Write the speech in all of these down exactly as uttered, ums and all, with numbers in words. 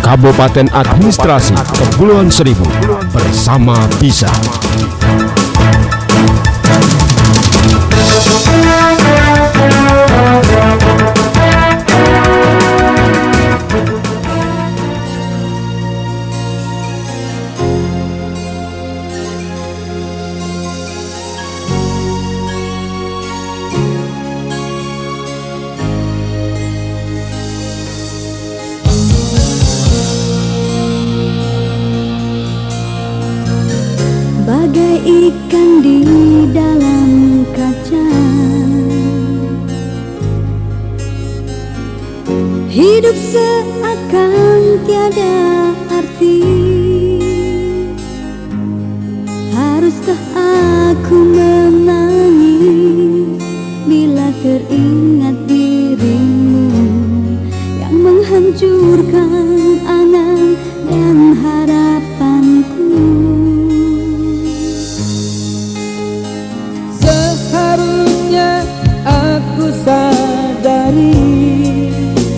Kabupaten Administrasi Kepulauan Seribu bersama Bisa. Bagai ikan di dalam kaca, hidup seakan tiada arti. Haruskah aku menangis bila teringat dirimu yang menghancurkan angan dan harapanku? Aku sadari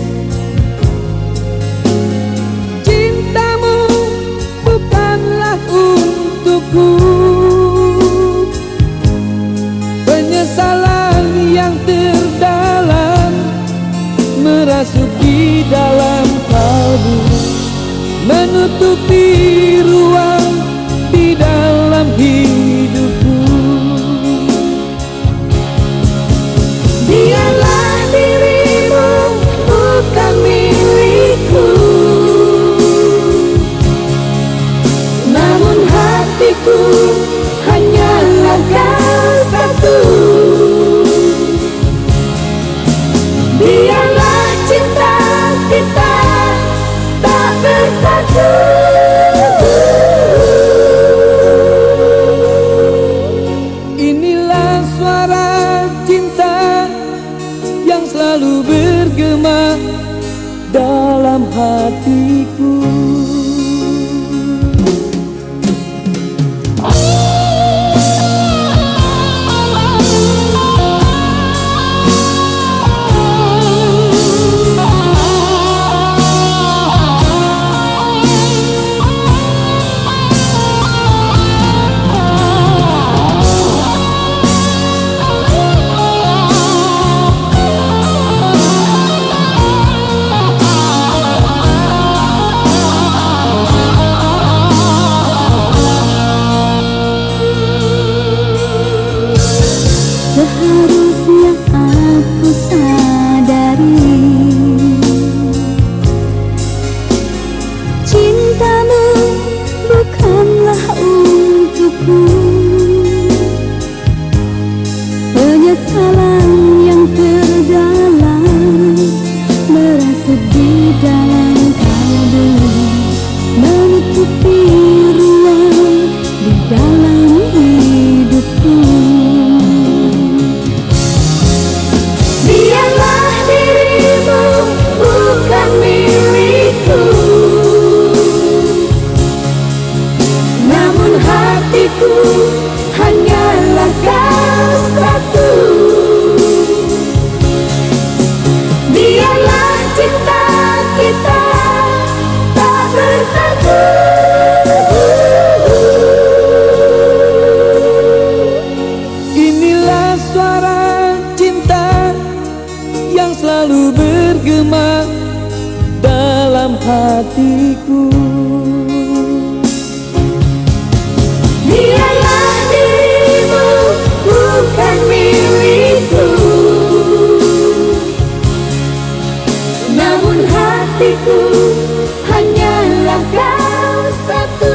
cintamu bukanlah untukku. Penyesalan yang terdalam merasuki dalam kalbu, menutupi ruang di dalam hidupku. Biarlah dirimu bukan milikku, namun hatiku hanyalah kau satu. Biarlah cinta kita tak bersatu. Inilah suara cinta yang selalu bergema dalam hatiku. Seharusnya aku sadari cintamu bukanlah untukku. Penyesalan yang terdalam merasuk di dalam kalbu, menutupi ruang di dalam hidupku. Biarlah dirimu bukan milikku, namun hatiku hanyalah kau satu. Biarlah cinta kita tak bersatu. Inilah suara cinta yang selalu bergema dalam hatiku. Biarlah dirimu bukan milikku, namun hatiku hanyalah kau satu.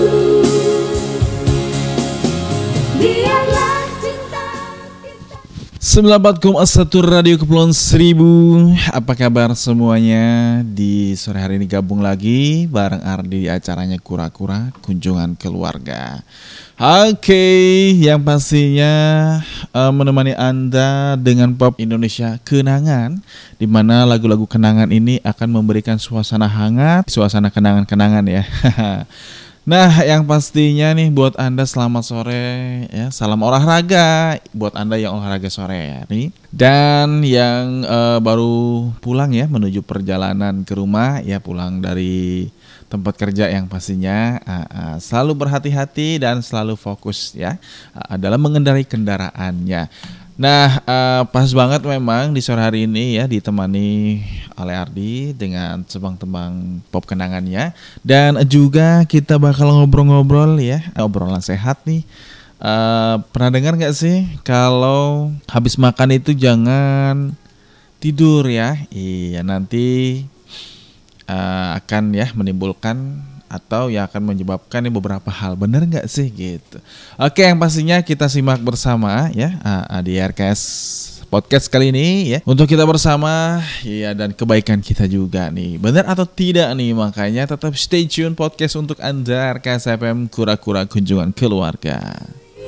Biarlah cinta kita. sembilan puluh empat koma satu Radio Kepulauan Seribu. Apa kabar semuanya? Di sore hari ini gabung lagi bareng Ardi di acaranya Kura-Kura Kunjungan Keluarga. Oke, yang pastinya uh, menemani Anda dengan pop Indonesia kenangan, di mana lagu-lagu kenangan ini akan memberikan suasana hangat, suasana kenangan-kenangan ya. Nah, yang pastinya nih buat Anda selamat sore ya, salam olahraga buat Anda yang olahraga sore ya nih. Dan yang uh, baru pulang ya menuju perjalanan ke rumah ya, pulang dari tempat kerja yang pastinya uh, uh, selalu berhati-hati dan selalu fokus ya uh, dalam mengendarai kendaraannya. Nah, uh, pas banget memang di sore hari ini ya ditemani oleh Ardi dengan tebang-tebang pop kenangannya, dan juga kita bakal ngobrol-ngobrol ya, obrolan sehat nih. Uh, pernah dengar nggak sih kalau habis makan itu jangan tidur ya? Iya, nanti uh, akan ya menimbulkan atau yang akan menyebabkan ini beberapa hal. Benar nggak sih gitu? Oke, yang pastinya kita simak bersama ya di R K S Podcast kali ini ya, untuk kita bersama ya, dan kebaikan kita juga nih. Benar atau tidak nih? Makanya tetap stay tune podcast untuk Anda, R K S F M Kura-Kura Kunjungan Keluarga.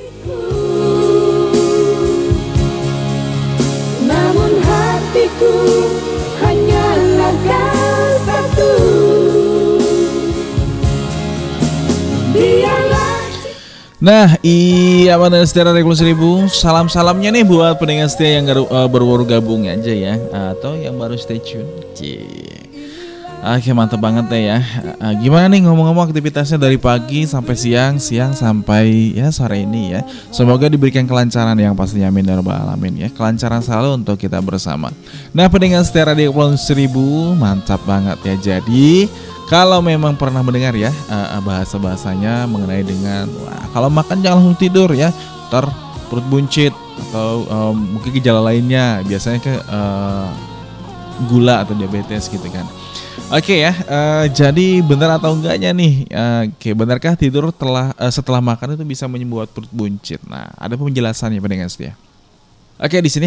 Namun hatiku hanyalah kau satu. Nah, iya benar secara Revolusi Seribu. Salam-salamnya nih buat pendengar setia yang baru, uh, baru gabung aja ya, atau yang baru stay tune. Cie. Oke, mantap banget deh ya. Uh, gimana nih ngomong-ngomong aktivitasnya dari pagi sampai siang, siang sampai ya sore ini ya. Semoga diberikan kelancaran yang pastinya, amin ya rabbal alamin ya. Kelancaran selalu untuk kita bersama. Nah, pendengar setia Radio Kepulauan Seribu, mantap banget ya. Jadi kalau memang pernah mendengar ya uh, bahasa-bahasanya mengenai dengan wah, kalau makan jangan langsung tidur ya, ntar perut buncit atau um, mungkin gejala lainnya, biasanya ke uh, gula atau diabetes gitu kan. Oke ya, uh, jadi benar atau enggaknya nih? Uh, Oke, benarkah tidur telah uh, setelah makan itu bisa membuat perut buncit? Nah, ada penjelasannya pendengar setia. Oke, di sini.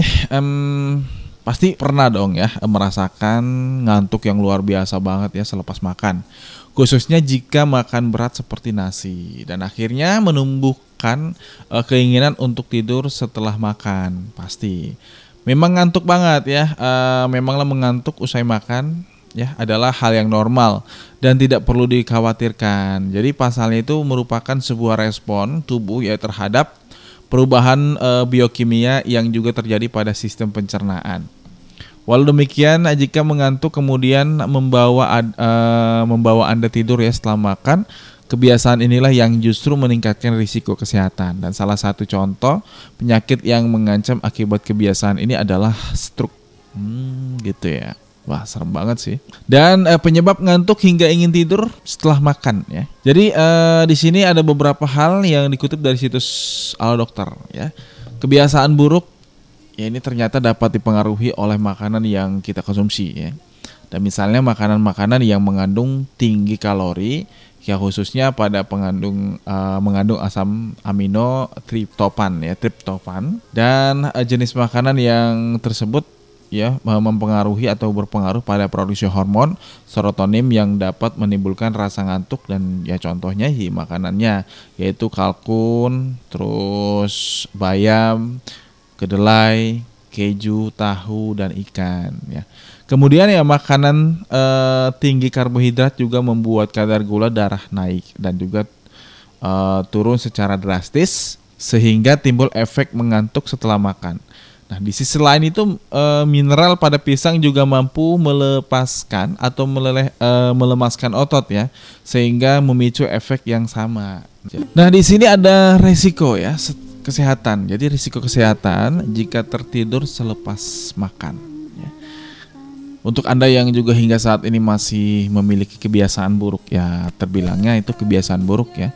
Um, Pasti pernah dong ya merasakan ngantuk yang luar biasa banget ya selepas makan. Khususnya jika makan berat seperti nasi, dan akhirnya menumbuhkan uh, keinginan untuk tidur setelah makan. Pasti memang ngantuk banget ya, uh, memanglah mengantuk usai makan ya adalah hal yang normal dan tidak perlu dikhawatirkan. Jadi pasalnya itu merupakan sebuah respon tubuh ya terhadap perubahan e, biokimia yang juga terjadi pada sistem pencernaan. Walau demikian, jika mengantuk kemudian membawa ad, e, membawa Anda tidur ya setelah makan, kebiasaan inilah yang justru meningkatkan risiko kesehatan. Dan salah satu contoh penyakit yang mengancam akibat kebiasaan ini adalah stroke. Hmm, gitu ya. Wah, serem banget sih. Dan eh, penyebab ngantuk hingga ingin tidur setelah makan ya. Jadi eh, di sini ada beberapa hal yang dikutip dari situs Al Dokter ya. Kebiasaan buruk ya ini ternyata dapat dipengaruhi oleh makanan yang kita konsumsi ya. Dan misalnya makanan-makanan yang mengandung tinggi kalori ya, khususnya pada pengandung uh, mengandung asam amino triptofan ya, triptofan, dan uh, jenis makanan yang tersebut ya mempengaruhi atau berpengaruh pada produksi hormon serotonin yang dapat menimbulkan rasa ngantuk. Dan ya contohnya hi makanannya yaitu kalkun, terus bayam, kedelai, keju, tahu, dan ikan ya. Kemudian ya makanan eh, tinggi karbohidrat juga membuat kadar gula darah naik dan juga eh, turun secara drastis sehingga timbul efek mengantuk setelah makan. Nah, di sisi lain itu e, mineral pada pisang juga mampu melepaskan atau meleleh, e, melemaskan otot ya, sehingga memicu efek yang sama. Nah, di sini ada resiko ya kesehatan. Jadi risiko kesehatan jika tertidur selepas makan. Ya. Untuk Anda yang juga hingga saat ini masih memiliki kebiasaan buruk ya, terbilangnya itu kebiasaan buruk ya.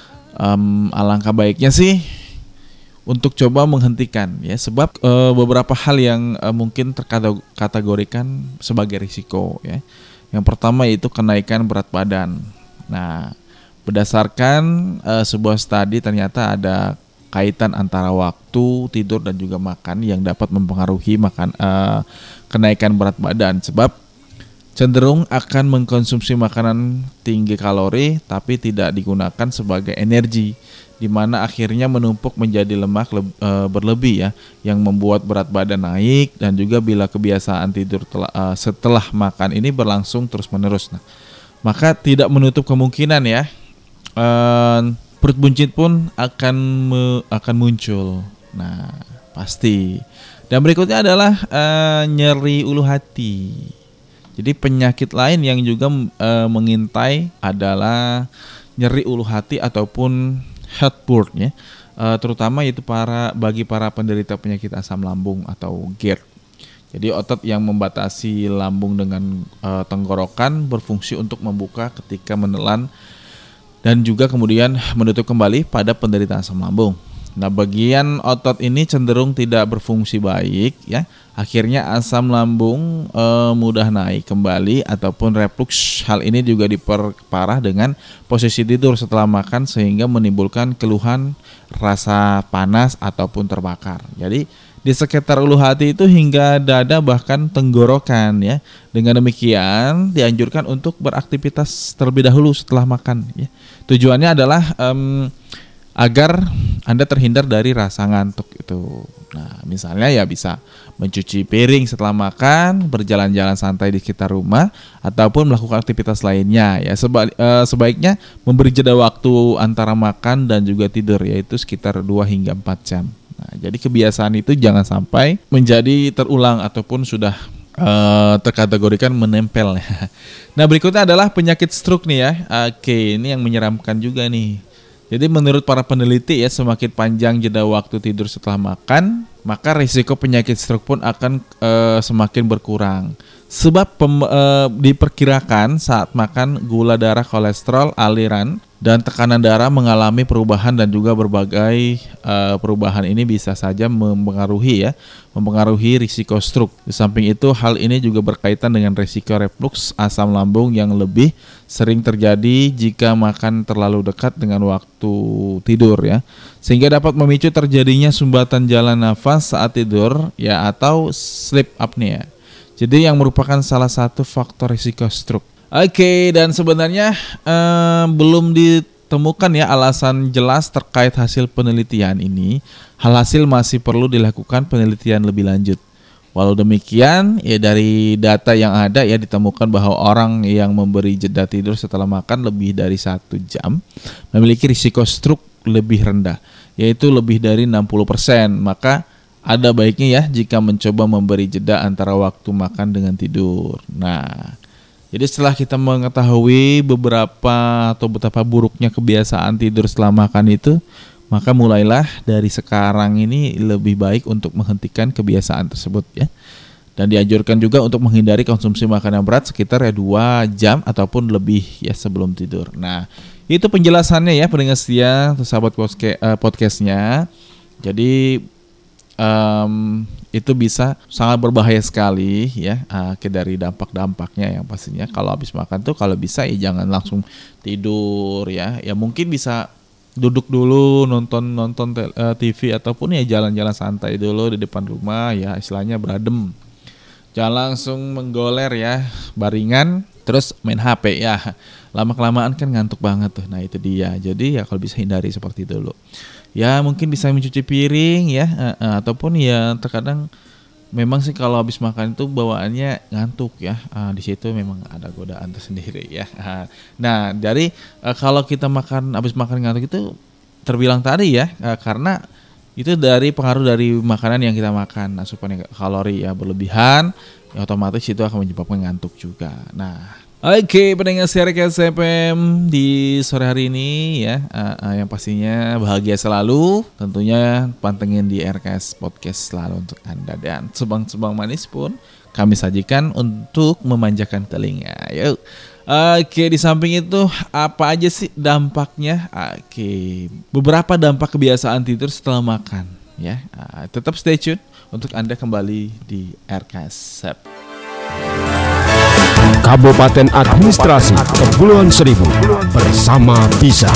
Um, alangkah baiknya sih untuk coba menghentikan ya, sebab e, beberapa hal yang e, mungkin terkategorikan sebagai risiko ya. Yang pertama yaitu kenaikan berat badan. Nah, berdasarkan e, sebuah studi ternyata ada kaitan antara waktu tidur dan juga makan yang dapat mempengaruhi makan e, kenaikan berat badan, sebab cenderung akan mengkonsumsi makanan tinggi kalori tapi tidak digunakan sebagai energi, di mana akhirnya menumpuk menjadi lemak le- e, berlebih ya, yang membuat berat badan naik. Dan juga bila kebiasaan tidur telah, e, setelah makan ini berlangsung terus-menerus, nah, maka tidak menutup kemungkinan ya uh, perut buncit pun akan me, akan muncul. Nah, pasti. Dan berikutnya adalah uh, nyeri ulu hati. Jadi penyakit lain yang juga uh, mengintai adalah nyeri ulu hati ataupun heartburn ya. Uh, terutama yaitu para bagi para penderita penyakit asam lambung atau G E R D. Jadi otot yang membatasi lambung dengan uh, tenggorokan berfungsi untuk membuka ketika menelan dan juga kemudian menutup kembali pada penderita asam lambung. Nah, bagian otot ini cenderung tidak berfungsi baik ya. Akhirnya asam lambung e, mudah naik kembali ataupun reflux. Hal ini juga diperparah dengan posisi tidur setelah makan sehingga menimbulkan keluhan rasa panas ataupun terbakar. Jadi di sekitar ulu hati itu hingga dada bahkan tenggorokan ya. Dengan demikian dianjurkan untuk beraktivitas terlebih dahulu setelah makan ya. Tujuannya adalah um, agar Anda terhindar dari rasa ngantuk itu. Nah, misalnya ya bisa mencuci piring setelah makan, berjalan-jalan santai di sekitar rumah, ataupun melakukan aktivitas lainnya. Ya, seba, eh, sebaiknya memberi jeda waktu antara makan dan juga tidur, yaitu sekitar dua hingga empat jam. Nah, jadi kebiasaan itu jangan sampai menjadi terulang ataupun sudah eh, terkategorikan menempel. Nah, berikutnya adalah penyakit stroke nih ya. Oke, ini yang menyeramkan juga nih. Jadi menurut para peneliti ya, semakin panjang jeda waktu tidur setelah makan, maka risiko penyakit stroke pun akan e, semakin berkurang. Sebab pem, e, diperkirakan saat makan gula darah, kolesterol, aliran, dan tekanan darah mengalami perubahan dan juga berbagai e, perubahan ini bisa saja mempengaruhi ya, mempengaruhi risiko stroke. Di samping itu hal ini juga berkaitan dengan risiko reflux asam lambung yang lebih sering terjadi jika makan terlalu dekat dengan waktu tidur ya, sehingga dapat memicu terjadinya sumbatan jalan nafas saat tidur ya atau sleep apnea. Jadi yang merupakan salah satu faktor risiko stroke. Oke, dan sebenarnya eh, belum ditemukan ya alasan jelas terkait hasil penelitian ini. Hasil masih perlu dilakukan penelitian lebih lanjut. Walau demikian, ya dari data yang ada ya ditemukan bahwa orang yang memberi jeda tidur setelah makan lebih dari satu jam memiliki risiko stroke lebih rendah, yaitu lebih dari enam puluh persen. Maka ada baiknya ya jika mencoba memberi jeda antara waktu makan dengan tidur. Nah, jadi setelah kita mengetahui beberapa atau betapa buruknya kebiasaan tidur setelah makan itu, maka mulailah dari sekarang ini lebih baik untuk menghentikan kebiasaan tersebut ya. Dan dianjurkan juga untuk menghindari konsumsi makanan berat sekitar ya dua jam ataupun lebih ya sebelum tidur. Nah, itu penjelasannya ya pendengar setia sahabat podcastnya. Jadi um, itu bisa sangat berbahaya sekali ya uh, dari dampak-dampaknya yang pastinya kalau habis makan tuh kalau bisa ya jangan langsung tidur ya. Ya mungkin bisa duduk dulu nonton nonton T V ataupun ya jalan-jalan santai dulu di depan rumah ya, istilahnya beradem. Jangan langsung menggoler ya, baringan terus main H P ya. Lama-kelamaan kan ngantuk banget tuh. Nah, itu dia. Jadi ya kalau bisa hindari seperti itu dulu. Ya mungkin bisa mencuci piring ya uh, uh, ataupun ya terkadang memang sih kalau habis makan itu bawaannya ngantuk ya. Uh, di situ memang ada godaan tersendiri ya. Uh, nah, dari uh, kalau kita makan habis makan ngantuk itu terbilang tadi ya uh, karena itu dari pengaruh dari makanan yang kita makan. Nah, supaya kalori ya berlebihan, ya otomatis itu akan menyebabkan ngantuk juga. Nah, oke, okay, pendengar R K S F M di sore hari ini ya, uh, uh, yang pastinya bahagia selalu. Tentunya pantengin di R K S Podcast selalu untuk Anda, dan sebang-sebang manis pun kami sajikan untuk memanjakan telinga. Yuk. Oke, di samping itu apa aja sih dampaknya? Oke, beberapa dampak kebiasaan tidur setelah makan ya. Uh, tetap stay tune untuk Anda kembali di R K S F M. Kabupaten Administrasi Kepulauan Seribu bersama Bisa.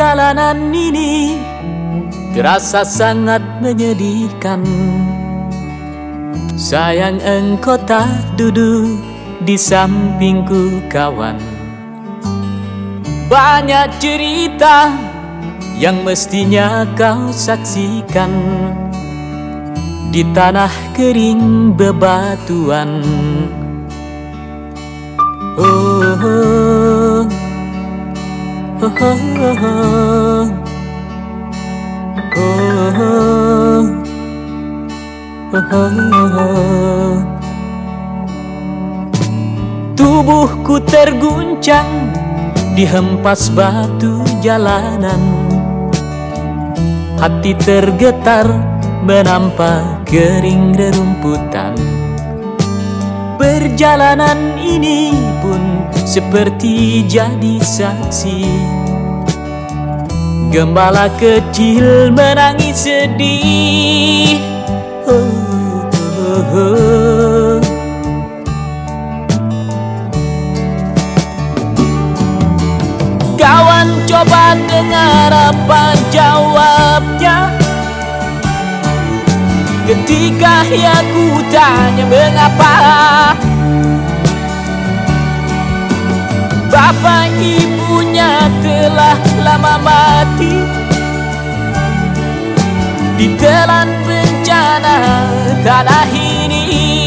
Perjalanan ini terasa sangat menyedihkan. Sayang engkau tak duduk di sampingku kawan. Banyak cerita yang mestinya kau saksikan di tanah kering bebatuan. Oh, oh, oh, oh, oh, oh, oh, oh. Tubuhku terguncang dihempas batu jalanan. Hati tergetar menampak kering rerumputan. Perjalanan ini pun seperti jadi saksi. Gembala kecil menangis sedih. Oh, oh, oh. Kawan, coba dengar apa jawabnya ketika aku tanya mengapa bapak ibunya telah lama mati ditelan bencana tanah ini.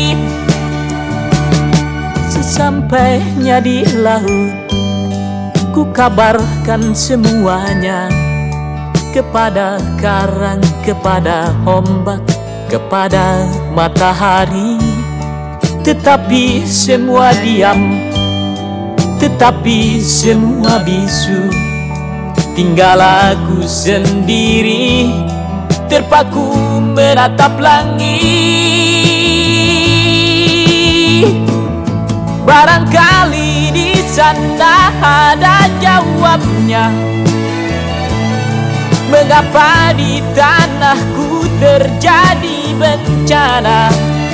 Sesampainya di laut, ku kabarkan semuanya kepada karang, kepada ombak, kepada matahari. Tetapi semua diam, tetapi semua bisu. Tinggal aku sendiri terpaku menatap langit. Barangkali di sana ada jawabnya. Mengapa di tanahku terjadi bencana?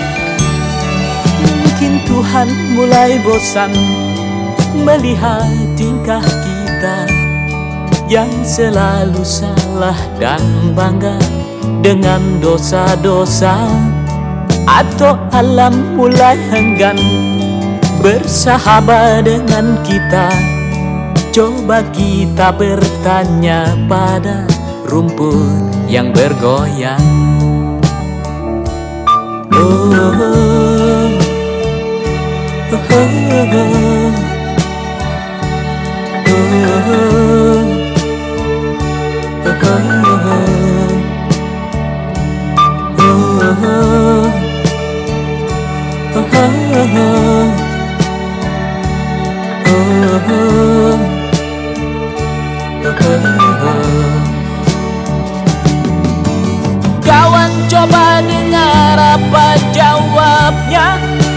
Mungkin Tuhan mulai bosan melihat tingkah kita yang selalu salah dan bangga dengan dosa-dosa. Atau alam mulai enggan bersahabat dengan kita. Coba kita bertanya pada rumput yang bergoyang. Oh, oh, oh, oh, kawan, coba dengar apa jawabnya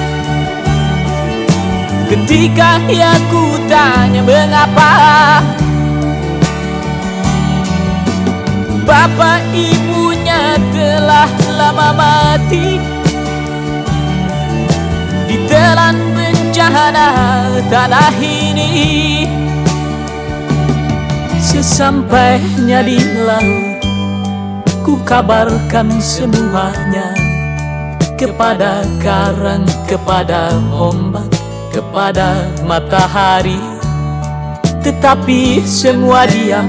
ketika aku tanya mengapa bapak ibunya telah lama mati ditelan bencana tanah ini. Sesampainya di laut, ku kabarkan semuanya kepada karang, kepada ombak, kepada matahari. Tetapi semua diam,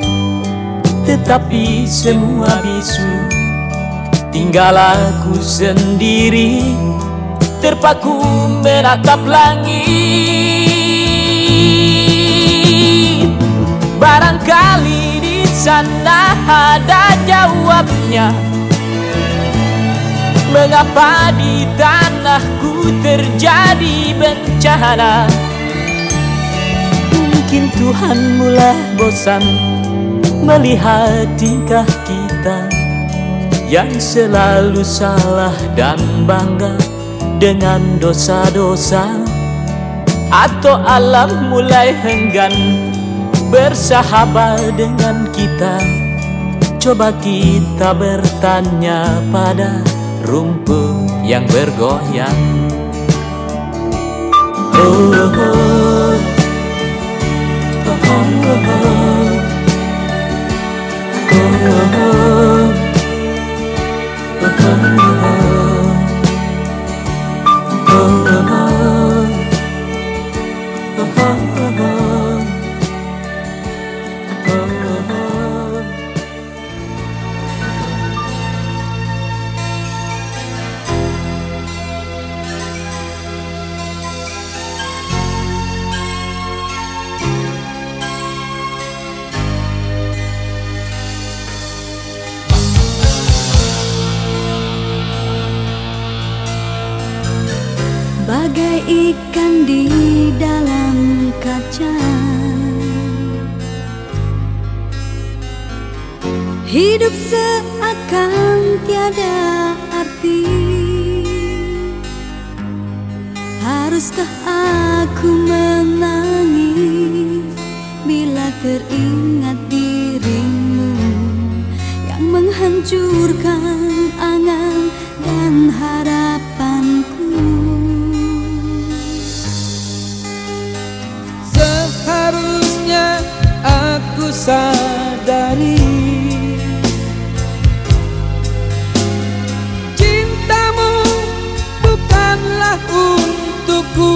tetapi semua bisu. Tinggal aku sendiri terpaku menatap langit. Barangkali di sana ada jawabnya. Mengapa di tanahku terjadi bencana? Mungkin Tuhan mulai bosan melihat tingkah kita yang selalu salah dan bangga dengan dosa-dosa. Atau alam mulai enggan bersahabat dengan kita. Coba kita bertanya pada rumput yang bergoyang. Oh, oh, oh, oh, oh, oh, oh, oh, oh, oh. ikan di dalam kaca. Hidup seakan tiada arti. Haruskah aku menangis bila teringat dirimu yang menghancurkan angan dan harapanku? Seharusnya aku sadari cintamu bukanlah untukku.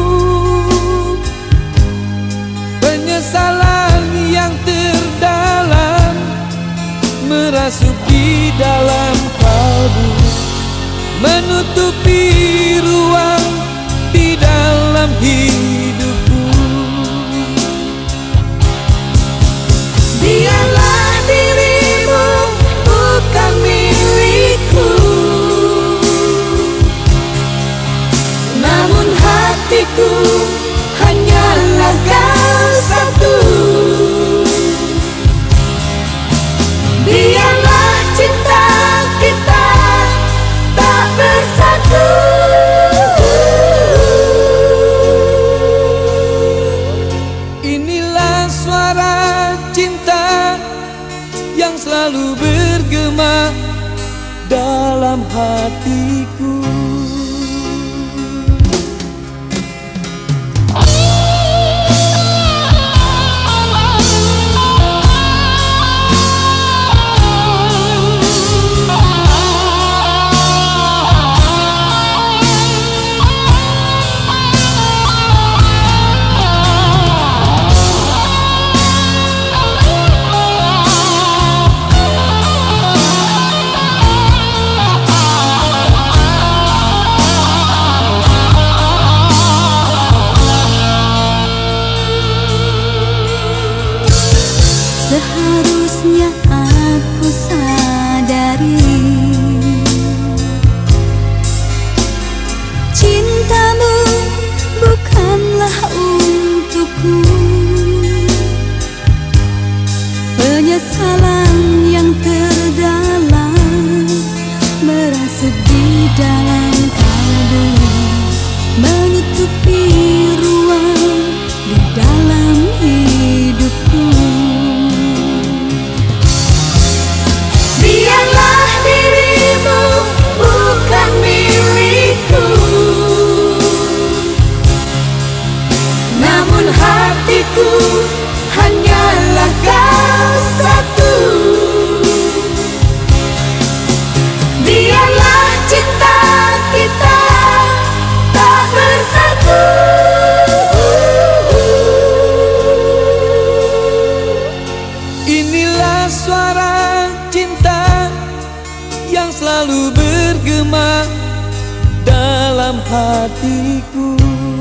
Penyesalan yang terdalam merasuk di dalam kalbu, menutupi ruang di dalam hidupku. Biarlah dirimu bukan milikku, namun hatiku hanyalah kau satu. Biarlah cinta kita tak bersatu. Inilah suara cinta yang selalu bergema dalam hatiku. Seharusnya aku sadari cintamu bukanlah untukku. Penyesalan yang terdalam merasuk di dalam kalbu, menutupi ruang di dalam hidupku. Biarlah dirimu bukan milikku, namun hatiku hanyalah kau satu. Biarlah cinta kita tak bersatu. Inilah suara cinta yang selalu bergema dalam hatiku.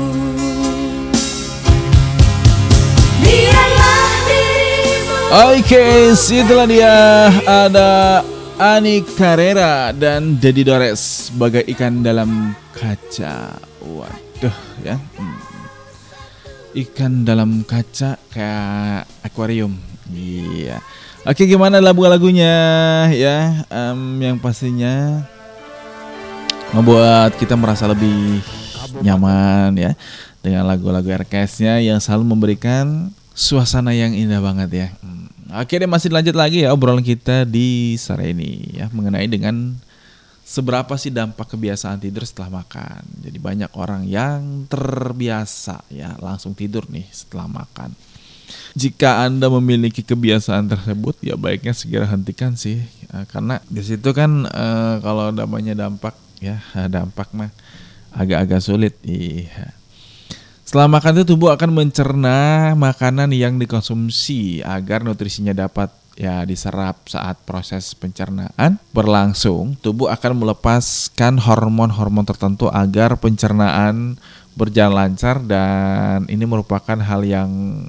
Biarlah dirimu. Oke, itulah dia, ada Ani Carrera dan Dedi Dores sebagai ikan dalam kaca. Waduh ya, hmm. Ikan dalam kaca kayak akuarium. Iya. Oke, gimana lagu-lagunya ya? Um, yang pastinya membuat kita merasa lebih nyaman ya dengan lagu-lagu R K S-nya yang selalu memberikan suasana yang indah banget ya. Hmm. Oke deh, masih lanjut lagi ya obrolan kita di sore ini ya mengenai dengan seberapa sih dampak kebiasaan tidur setelah makan. Jadi banyak orang yang terbiasa ya langsung tidur nih setelah makan. Jika Anda memiliki kebiasaan tersebut, ya baiknya segera hentikan sih, karena di situ kan e, kalau namanya dampak ya dampak mah agak-agak sulit. Iya. Setelah makan itu tubuh akan mencerna makanan yang dikonsumsi agar nutrisinya dapat ya diserap. Saat proses pencernaan berlangsung, tubuh akan melepaskan hormon-hormon tertentu agar pencernaan berjalan lancar, dan ini merupakan hal yang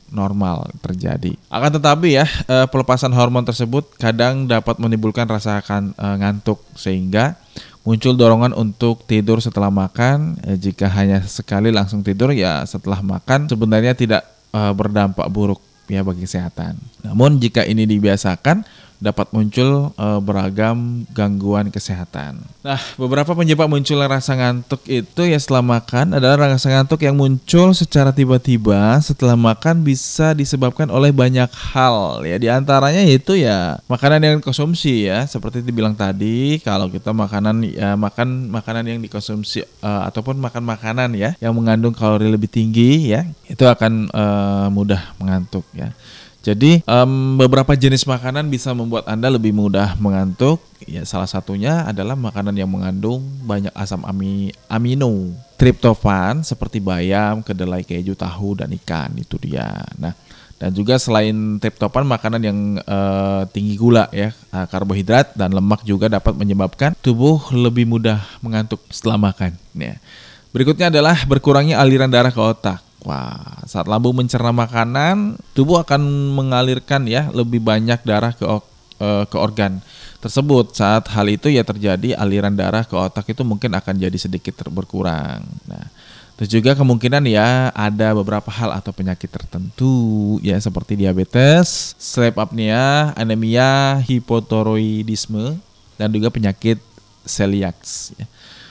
normal terjadi. Akan tetapi ya, eh, pelepasan hormon tersebut kadang dapat menimbulkan rasa akan eh, ngantuk sehingga muncul dorongan untuk tidur setelah makan. Eh, jika hanya sekali langsung tidur ya setelah makan sebenarnya tidak eh, berdampak buruk ya bagi kesehatan. Namun jika ini dibiasakan dapat muncul e, beragam gangguan kesehatan. Nah, beberapa penyebab munculnya rasa ngantuk itu ya setelah makan adalah rasa ngantuk yang muncul secara tiba-tiba setelah makan bisa disebabkan oleh banyak hal ya. Di antaranya yaitu ya makanan yang dikonsumsi ya, seperti dibilang tadi kalau kita makanan ya makan makanan yang dikonsumsi e, ataupun makan makanan ya yang mengandung kalori lebih tinggi ya, itu akan e, mudah mengantuk ya. Jadi um, beberapa jenis makanan bisa membuat Anda lebih mudah mengantuk. Ya, salah satunya adalah makanan yang mengandung banyak asam ami, amino, triptofan seperti bayam, kedelai, keju, tahu, dan ikan. Itu dia. Nah, dan juga selain triptofan, makanan yang uh, tinggi gula ya, uh, karbohidrat dan lemak juga dapat menyebabkan tubuh lebih mudah mengantuk setelah makan. Ya. Berikutnya adalah berkurangnya aliran darah ke otak. Wah, saat lambung mencerna makanan, tubuh akan mengalirkan ya lebih banyak darah ke uh, ke organ tersebut. Saat hal itu ya terjadi, aliran darah ke otak itu mungkin akan jadi sedikit berkurang. Nah, terus juga kemungkinan ya ada beberapa hal atau penyakit tertentu ya seperti diabetes, sleep apnea, anemia, hipothyroidisme, dan juga penyakit celiac. Ya.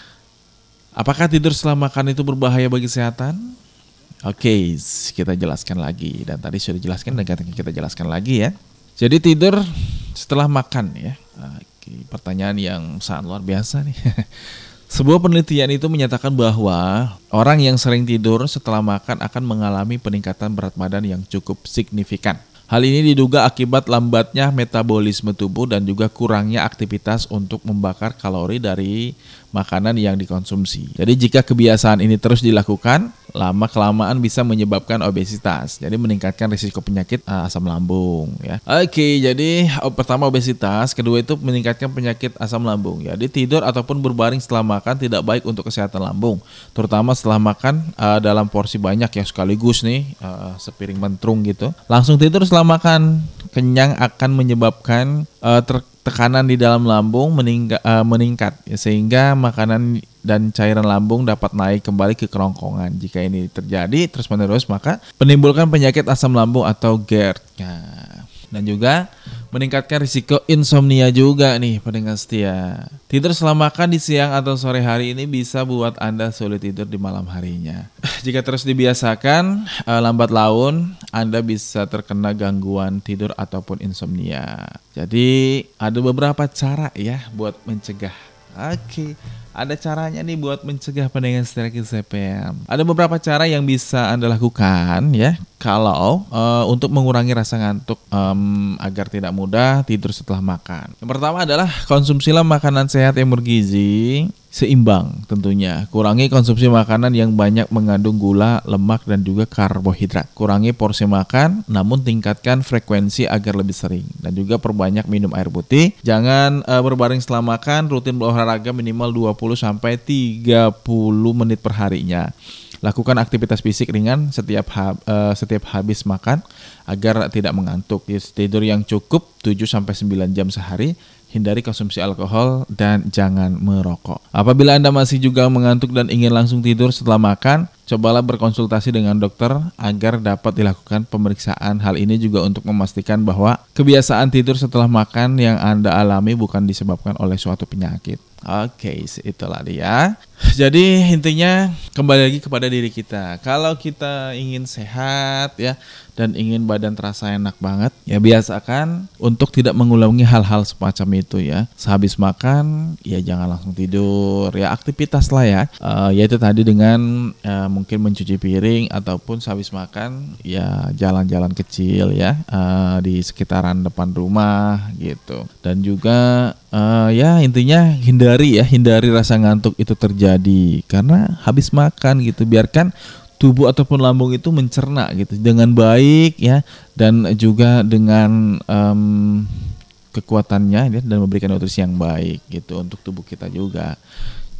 Apakah tidur setelah makan itu berbahaya bagi kesehatan? Oke, okay, kita jelaskan lagi. Dan tadi sudah dijelaskan dan kita jelaskan lagi ya. Jadi tidur setelah makan ya. Oke, pertanyaan yang sangat luar biasa nih. Sebuah penelitian itu menyatakan bahwa orang yang sering tidur setelah makan akan mengalami peningkatan berat badan yang cukup signifikan. Hal ini diduga akibat lambatnya metabolisme tubuh dan juga kurangnya aktivitas untuk membakar kalori dari makanan yang dikonsumsi. Jadi jika kebiasaan ini terus dilakukan, lama-kelamaan bisa menyebabkan obesitas. Jadi meningkatkan risiko penyakit uh, asam lambung ya. Oke, jadi oh, pertama obesitas, kedua itu meningkatkan penyakit asam lambung. Jadi tidur ataupun berbaring setelah makan tidak baik untuk kesehatan lambung, terutama setelah makan uh, dalam porsi banyak ya sekaligus nih, uh, sepiring mentrung gitu. Langsung tidur setelah makan kenyang akan menyebabkan uh, ter- tekanan di dalam lambung meningga, uh, meningkat ya, sehingga makanan dan cairan lambung dapat naik kembali ke kerongkongan. Jika ini terjadi terus-menerus maka menimbulkan penyakit asam lambung atau G E R D. Nah, dan juga meningkatkan risiko insomnia juga nih pendengar setia. Tidur setelah makan di siang atau sore hari ini bisa buat Anda sulit tidur di malam harinya. Jika terus dibiasakan uh, lambat laun Anda bisa terkena gangguan tidur ataupun insomnia. Jadi ada beberapa cara ya buat mencegah. Oke, ada caranya nih buat mencegah pendengar setia Kiss F M. Ada beberapa cara yang bisa Anda lakukan ya kalau uh, untuk mengurangi rasa ngantuk um, agar tidak mudah tidur setelah makan. Yang pertama adalah konsumsilah makanan sehat yang bergizi seimbang tentunya. Kurangi konsumsi makanan yang banyak mengandung gula, lemak, dan juga karbohidrat. Kurangi porsi makan, namun tingkatkan frekuensi agar lebih sering. Dan juga perbanyak minum air putih. Jangan uh, berbaring setelah makan, rutin berolahraga minimal dua puluh sampai tiga puluh menit per harinya. Lakukan aktivitas fisik ringan setiap ha- uh, setiap habis makan agar tidak mengantuk. Tidur yang cukup tujuh sampai sembilan jam sehari. Hindari konsumsi alkohol dan jangan merokok. Apabila Anda masih juga mengantuk dan ingin langsung tidur setelah makan, cobalah berkonsultasi dengan dokter agar dapat dilakukan pemeriksaan. Hal ini juga untuk memastikan bahwa kebiasaan tidur setelah makan yang Anda alami bukan disebabkan oleh suatu penyakit. Oke, itulah dia. Jadi intinya kembali lagi kepada diri kita. Kalau kita ingin sehat ya dan ingin badan terasa enak banget, ya biasakan untuk tidak mengulangi hal-hal semacam itu ya. Sehabis makan, ya jangan langsung tidur. Ya aktivitas lah ya. Uh, yaitu tadi dengan uh, mungkin mencuci piring ataupun sehabis makan ya jalan-jalan kecil ya uh, di sekitaran depan rumah gitu. Dan juga uh, ya intinya hindari ya hindari rasa ngantuk itu terjadi karena habis makan gitu. Biarkan tubuh ataupun lambung itu mencerna gitu dengan baik ya dan juga dengan um, kekuatannya ya, dan memberikan nutrisi yang baik gitu untuk tubuh kita juga.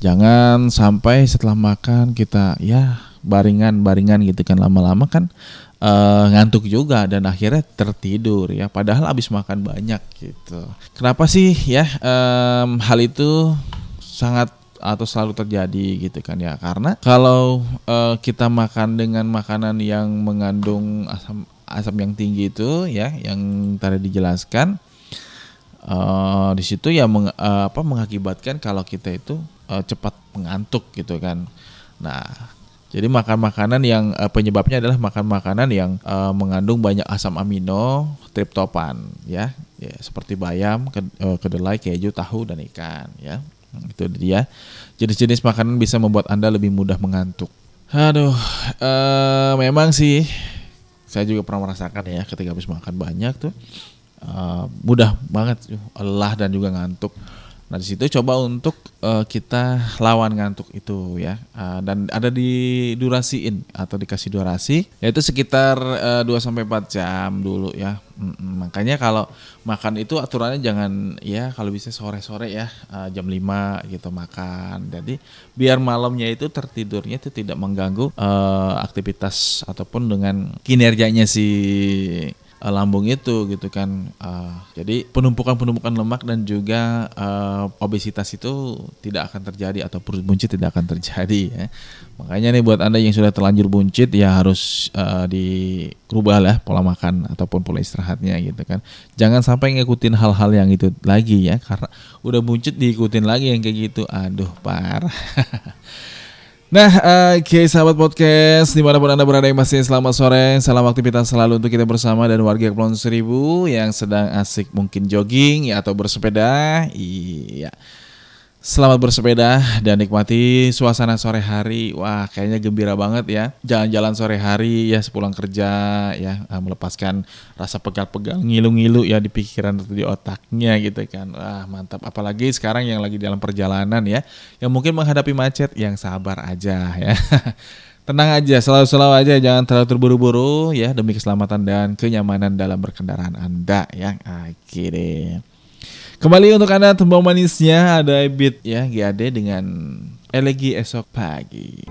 Jangan sampai setelah makan kita ya baringan-baringan gitu kan, lama-lama kan uh, ngantuk juga dan akhirnya tertidur ya. Padahal habis makan banyak gitu. Kenapa sih ya um, hal itu sangat atau selalu terjadi gitu kan ya? Karena kalau uh, kita makan dengan makanan yang mengandung asam asam yang tinggi itu ya, yang tadi dijelaskan, uh, di situ ya meng, uh, apa mengakibatkan kalau kita itu uh, cepat mengantuk gitu kan. Nah, jadi makan makanan yang uh, penyebabnya adalah makan makanan yang uh, mengandung banyak asam amino, triptofan ya, ya seperti bayam, kedelai, keju, tahu dan ikan ya. Itu dia jenis-jenis makanan bisa membuat Anda lebih mudah mengantuk. Aduh, uh, memang sih saya juga pernah merasakan ya ketika habis makan banyak tuh uh, mudah banget lelah dan juga ngantuk. Nah di situ coba untuk uh, kita lawan ngantuk itu ya, uh, dan ada di durasiin atau dikasih durasi yaitu sekitar uh, dua sampai empat jam dulu ya. Mm-mm. Makanya kalau makan itu aturannya jangan ya kalau bisa sore-sore ya, uh, jam lima gitu makan. Jadi biar malamnya itu tertidurnya itu tidak mengganggu uh, aktivitas ataupun dengan kinerjanya si uh, lambung itu gitu kan. Uh, jadi penumpukan-penumpukan lemak dan juga uh, obesitas itu tidak akan terjadi atau perut buncit tidak akan terjadi ya. Makanya nih buat Anda yang sudah terlanjur buncit ya harus uh, dirubah lah pola makan ataupun pola istirahatnya gitu kan. Jangan sampai ngikutin hal-hal yang itu lagi ya, karena udah buncit diikutin lagi yang kayak gitu. Aduh parah. Nah, oke okay, sahabat podcast dimanapun Anda berada yang pasti selamat sore, salam aktivitas selalu untuk kita bersama dan warga Kepulauan Seribu yang sedang asik mungkin jogging ya, atau bersepeda. Iya, selamat bersepeda dan nikmati suasana sore hari. Wah kayaknya gembira banget ya, jalan-jalan sore hari ya sepulang kerja ya, melepaskan rasa pegal-pegal, ngilu-ngilu ya di pikiran atau di otaknya gitu kan. Wah mantap, apalagi sekarang yang lagi dalam perjalanan ya, yang mungkin menghadapi macet, yang sabar aja ya. Tenang aja, selalu-selalu aja, jangan terlalu terburu-buru ya demi keselamatan dan kenyamanan dalam berkendaraan Anda ya. Oke deh. Kembali untuk Anda tembang manisnya ada beat ya G A D dengan Elegi Esok Pagi.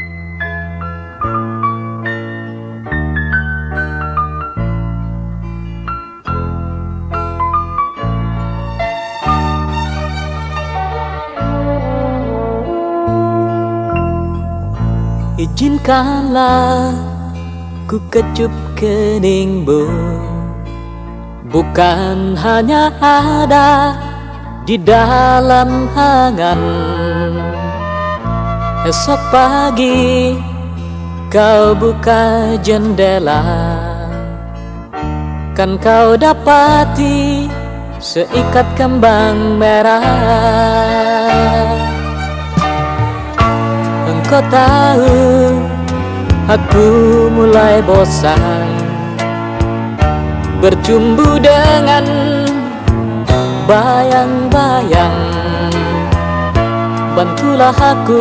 Izinkanlah ku kecup keningmu, bukan hanya ada di dalam angan. Esok pagi kau buka jendela, kan kau dapati seikat kembang merah. Engkau tahu aku mulai bosan bercumbu dengan bayang-bayang. Bantulah aku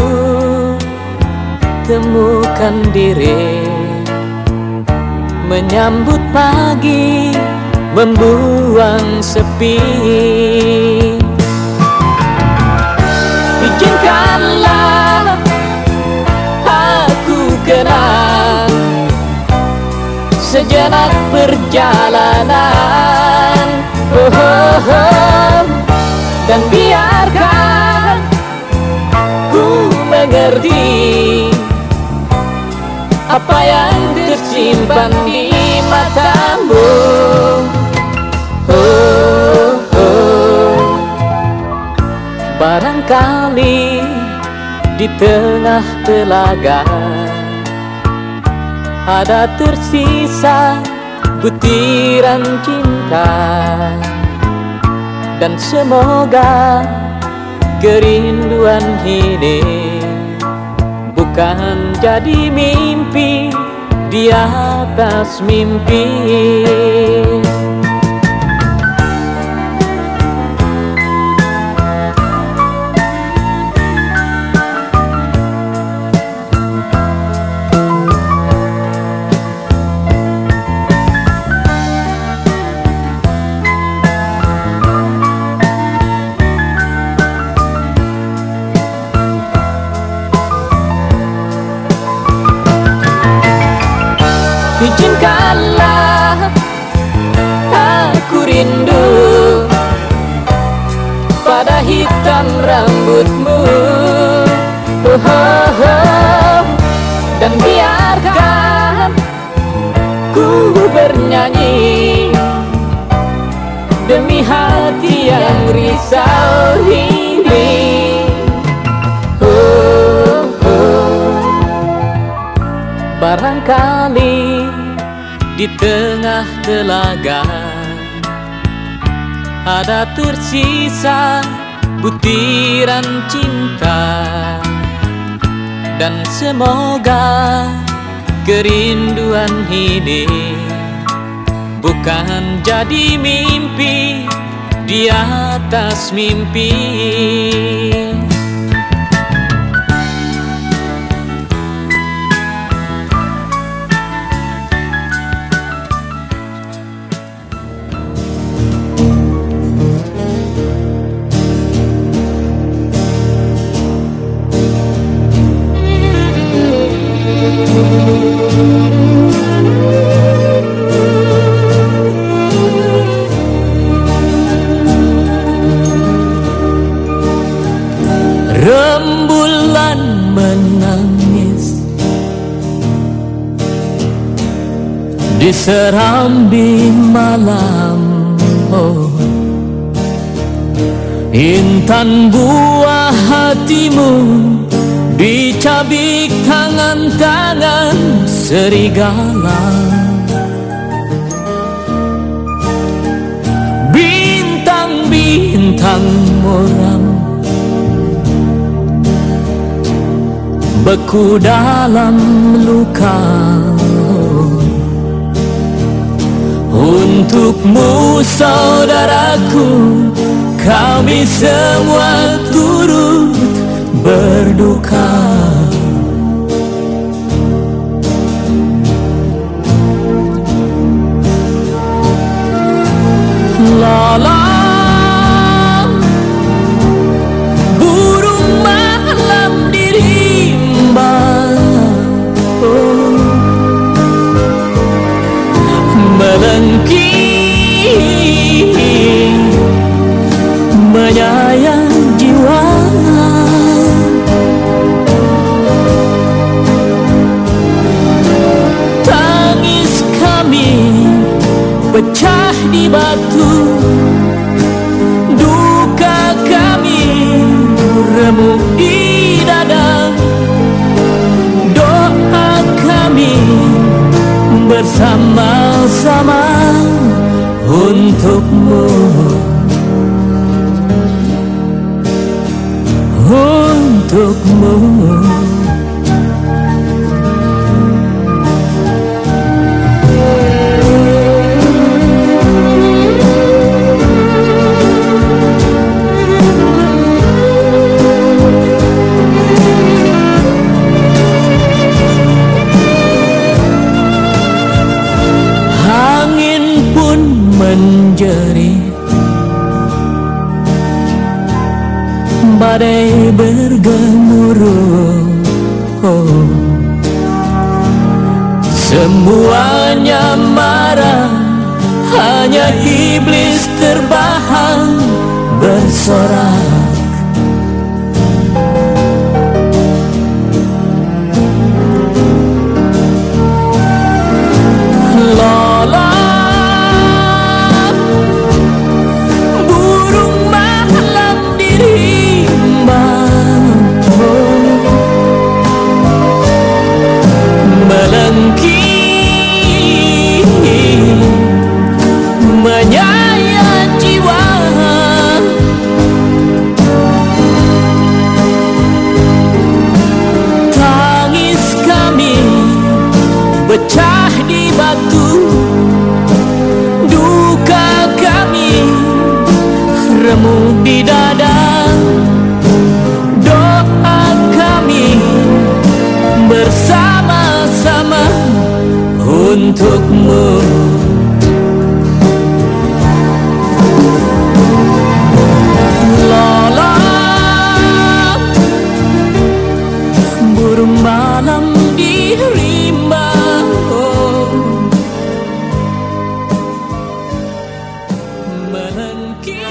temukan diri, menyambut pagi, membuang sepi. Izinkanlah aku kenang sejenak perjalanan, oh, oh, oh. Dan biarkan ku mengerti apa yang tersimpan di matamu, oh, oh. Barangkali di tengah telaga ada tersisa butiran cinta, dan semoga kerinduan ini bukan jadi mimpi di atas mimpi. Izinkan demi hati yang risau ini. Oh, oh. Barangkali di tengah telaga ada tersisa butiran cinta, dan semoga kerinduan ini bukan jadi mimpi di atas mimpi. Rembulan menangis di serambi malam. Oh, intan buah hatimu dicabik tangan-tangan serigala. Bintang-bintang muram beku dalam luka. Untukmu saudaraku, kami semua turut berduka. Lalang burung malam di rimba, oh, melengking menyayang jiwa. Tangis kami pecah di batu, duka kami remuk di dada. Doa kami bersama-sama untukmu, untukmu. Angin pun menjerit, badai bergemuruh, oh, semuanya marah, hanya iblis terbahang bersorak. Lalang burung malam di rimba, oh, melengking menyayat jiwa. Tangis kami pecah di batu, duka kami remuk di dada. Doa kami bersama-sama untukmu, lalang burung malam di rimba, oh, melengking.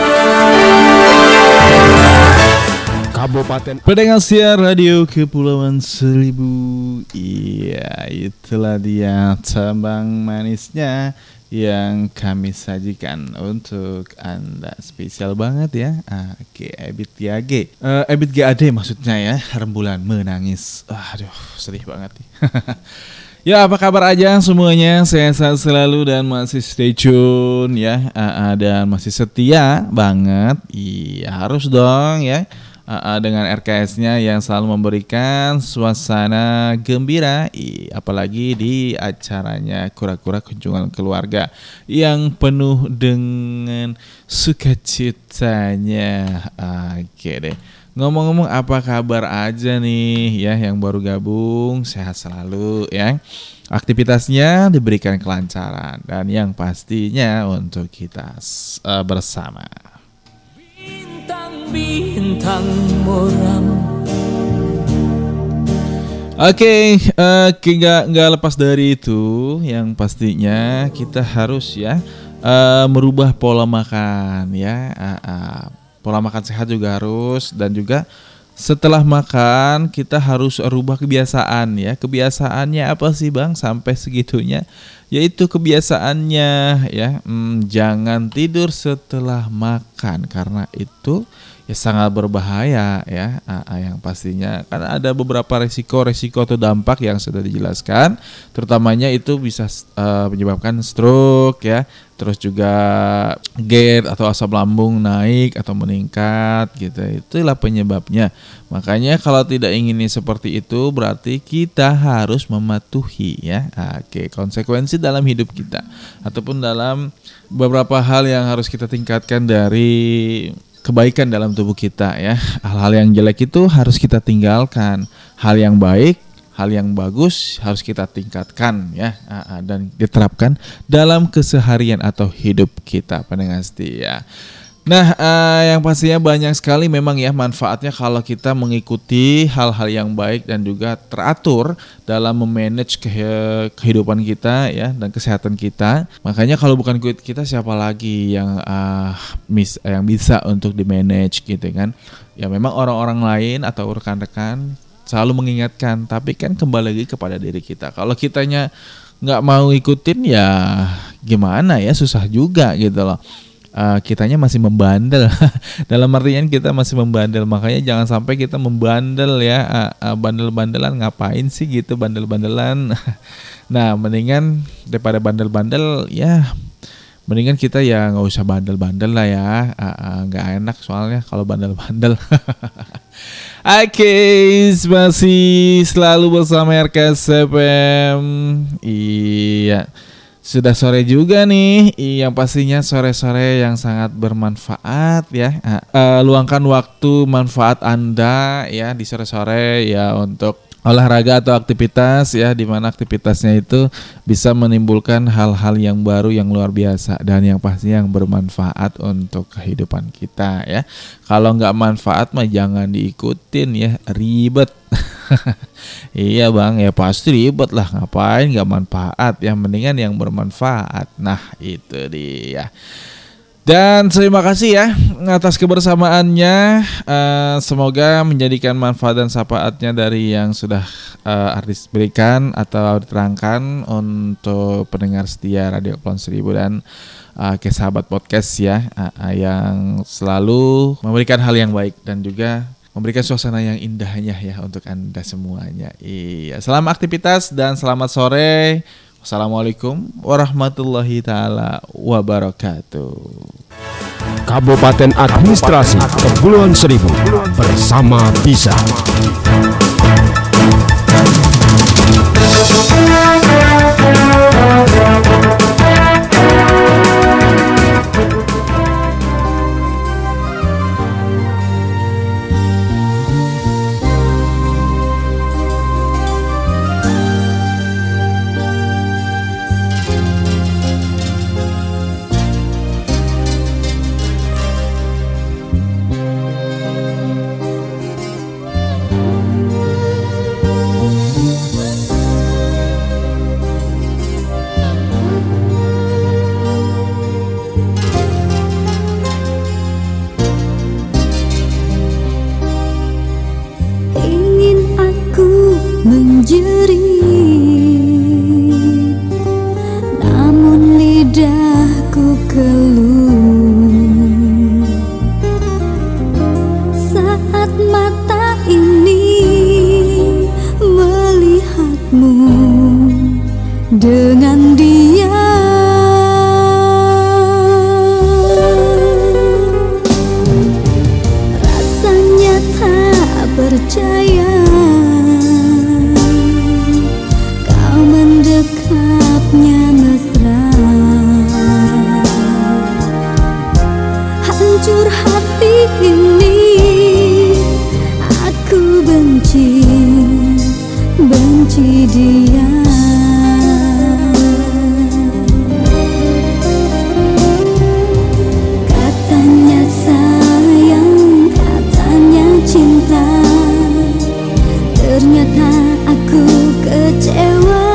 Kabupaten Pendengar siar Radio Kepulauan Seribu. Iya, itulah dia tambang manisnya yang kami sajikan untuk Anda. Spesial banget ya. Ah, Oke, Ebit G A G. Uh, Ebit G A D maksudnya ya, Rembulan Menangis. Ah, aduh, sedih banget nih. Ya, apa kabar aja semuanya? Sehat selalu dan masih stay tune ya. Uh, uh, dan masih setia banget. Iya, harus dong ya. Uh, uh, dengan R K S-nya yang selalu memberikan suasana gembira, i, apalagi di acaranya Kura-Kura Kunjungan Keluarga yang penuh dengan sukacitanya. Oke deh. Ngomong-ngomong, apa kabar aja nih ya yang baru gabung? Sehat selalu ya. Aktivitasnya diberikan kelancaran dan yang pastinya untuk kita uh, bersama. Bintang muram. Oke, okay, uh, nggak nggak lepas dari itu, yang pastinya kita harus ya uh, merubah pola makan ya, uh, uh, pola makan sehat juga harus, dan juga setelah makan kita harus rubah kebiasaan ya. Kebiasaannya apa sih Bang sampai segitunya? Yaitu kebiasaannya ya, hmm, jangan tidur setelah makan karena itu ya sangat berbahaya ya. Ah, yang pastinya karena ada beberapa resiko-resiko atau dampak yang sudah dijelaskan, terutamanya itu bisa uh, menyebabkan stroke ya, terus juga GERD atau asam lambung naik atau meningkat gitu. Itulah penyebabnya. Makanya kalau tidak ingin seperti itu berarti kita harus mematuhi ya. Oke, konsekuensi dalam hidup kita ataupun dalam beberapa hal yang harus kita tingkatkan dari kebaikan dalam tubuh kita ya. Hal-hal yang jelek itu harus kita tinggalkan. Hal yang baik, hal yang bagus harus kita tingkatkan ya, dan diterapkan dalam keseharian atau hidup kita pendengar setia. Nah, uh, yang pastinya banyak sekali memang ya manfaatnya kalau kita mengikuti hal-hal yang baik dan juga teratur dalam memanage ke- kehidupan kita ya dan kesehatan kita. Makanya kalau bukan kita siapa lagi yang uh, mis- yang bisa untuk di-manage gitu kan. Ya memang orang-orang lain atau rekan-rekan selalu mengingatkan, tapi kan kembali lagi kepada diri kita. Kalau kitanya nggak mau ikutin ya gimana ya, susah juga gitu loh. Uh, kitanya masih membandel. Dalam artian kita masih membandel. Makanya jangan sampai kita membandel ya. uh, uh, Bandel-bandelan ngapain sih gitu, bandel-bandelan. Nah mendingan daripada bandel-bandel ya, mendingan kita ya gak usah bandel-bandel lah ya. uh, uh, Gak enak soalnya kalau bandel-bandel. Oke, okay, masih selalu bersama R K S F M. Iya, sudah sore juga nih, yang pastinya sore-sore yang sangat bermanfaat ya. Uh, luangkan waktu manfaat Anda ya di sore-sore ya untuk olahraga atau aktivitas ya, di mana aktivitasnya itu bisa menimbulkan hal-hal yang baru yang luar biasa dan yang pastinya yang bermanfaat untuk kehidupan kita ya. Kalau nggak manfaat mah jangan diikutin ya, ribet. Iya Bang, ya pasti ribet lah, ngapain nggak manfaat, yang mendingan yang bermanfaat. Nah itu dia. Dan terima kasih ya atas kebersamaannya. Uh, semoga menjadikan manfaat dan syafaatnya dari yang sudah uh, artis berikan atau diterangkan untuk pendengar setia Radio Kepulauan Seribu dan uh, ke sahabat podcast ya, uh, uh, yang selalu memberikan hal yang baik dan juga memberikan suasana yang indahnya ya untuk Anda semuanya. Iya, selamat aktivitas dan selamat sore. Wassalamualaikum warahmatullahi taala wabarakatuh. Kabupaten Administrasi Kepulauan Seribu bersama Bisa. percaya kau mendekapnya mesra. Hancur hati ini, aku benci, benci dia. Katanya sayang, katanya cinta, ternyata aku kecewa.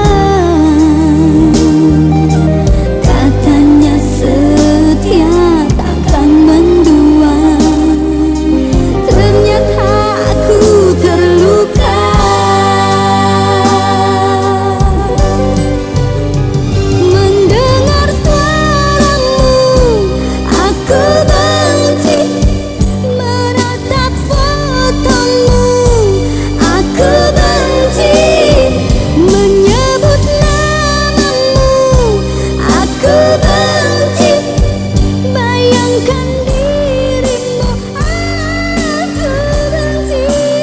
Katanya setia, takkan mendua, ternyata aku terluka. Mendengar suaramu, aku benci. Menatap fotomu, aku benci. Menyebut namamu, aku benci. Bayangkan dirimu, aku benci.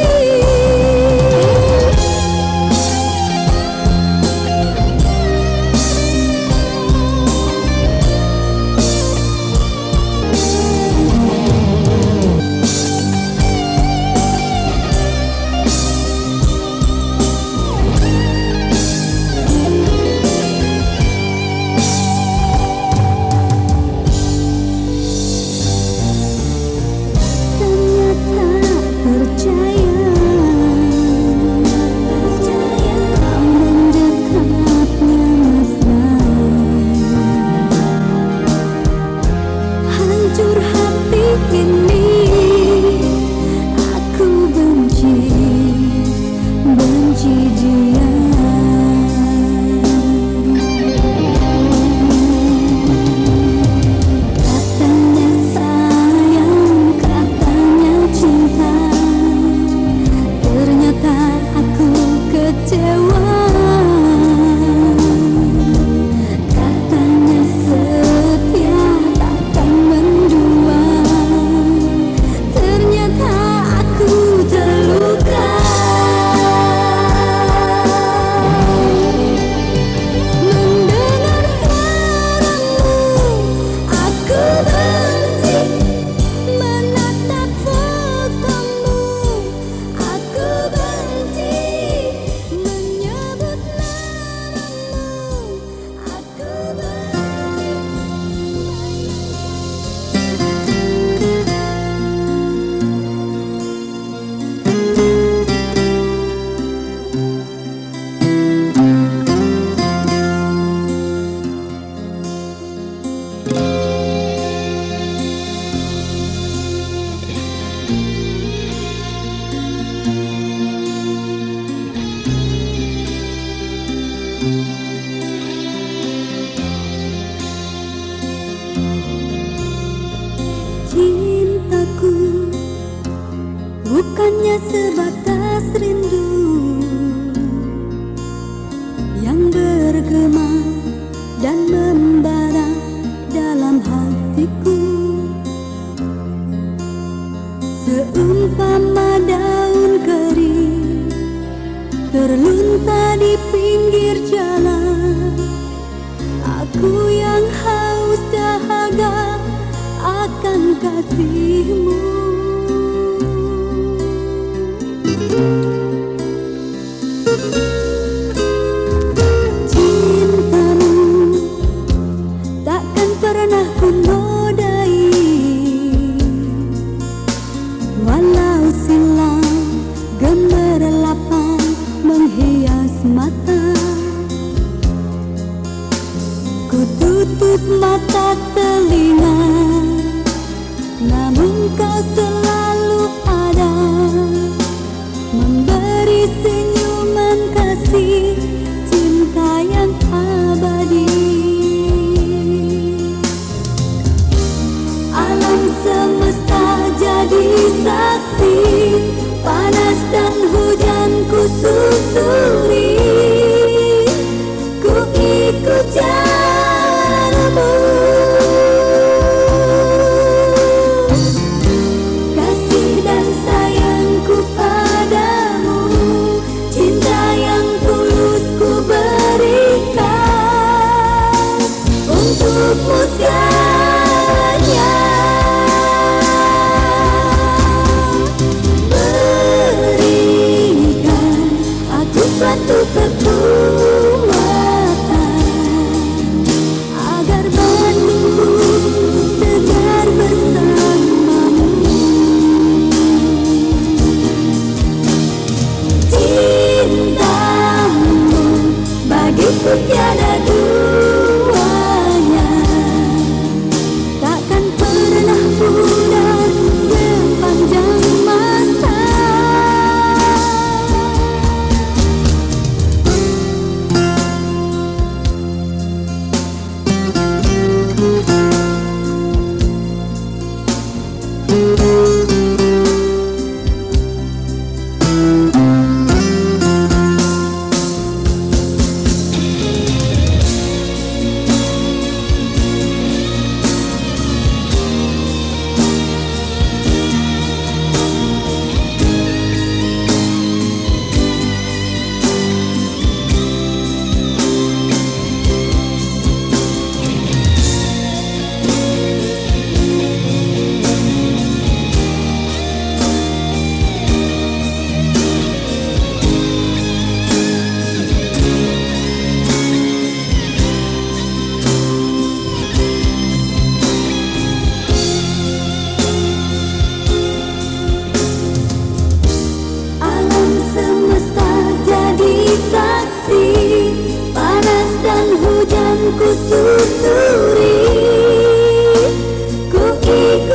Rasanya tak percaya, kau mendekapnya mesra. Hancur hati ini, aku benci, benci dia. Katanya sayang, katanya cinta, ternyata aku kecewa. Katanya setia, takkan mendua, ternyata aku terluka. Mendengar suaramu, aku benci. Menatap fotomu, aku benci. Menyebut namamu, aku benci. Cintaku bukannya sebatas rindu yang bergema dan membara dalam hatiku. Seumpama daun kering terlunta di pinggir jalan, aku yang haus dahaga akan kasihmu. Cintamu takkan pernah ku nodai, walau silam gemerlapan menghias mata. Ku tutup mata telinga, namun kau selalu ada, memberi senyuman kasih, cinta yang abadi. Alam semesta jadi saksi, panas dan hujan ku susuri, ku ikut jalanmu. Kasih dan sayangku pada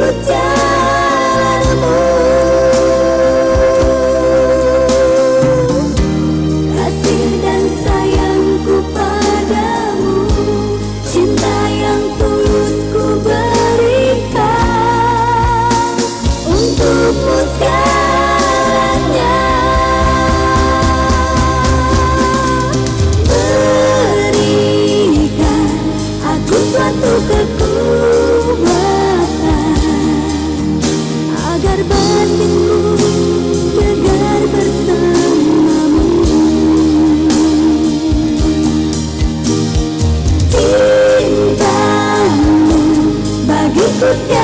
jalanmu. Kasih dan sayangku padamu, cinta yang tulus ku berikan untukmu segalanya. Berikan aku suatu kekuatan agar batinku tegar bersamamu. Cintamu bagiku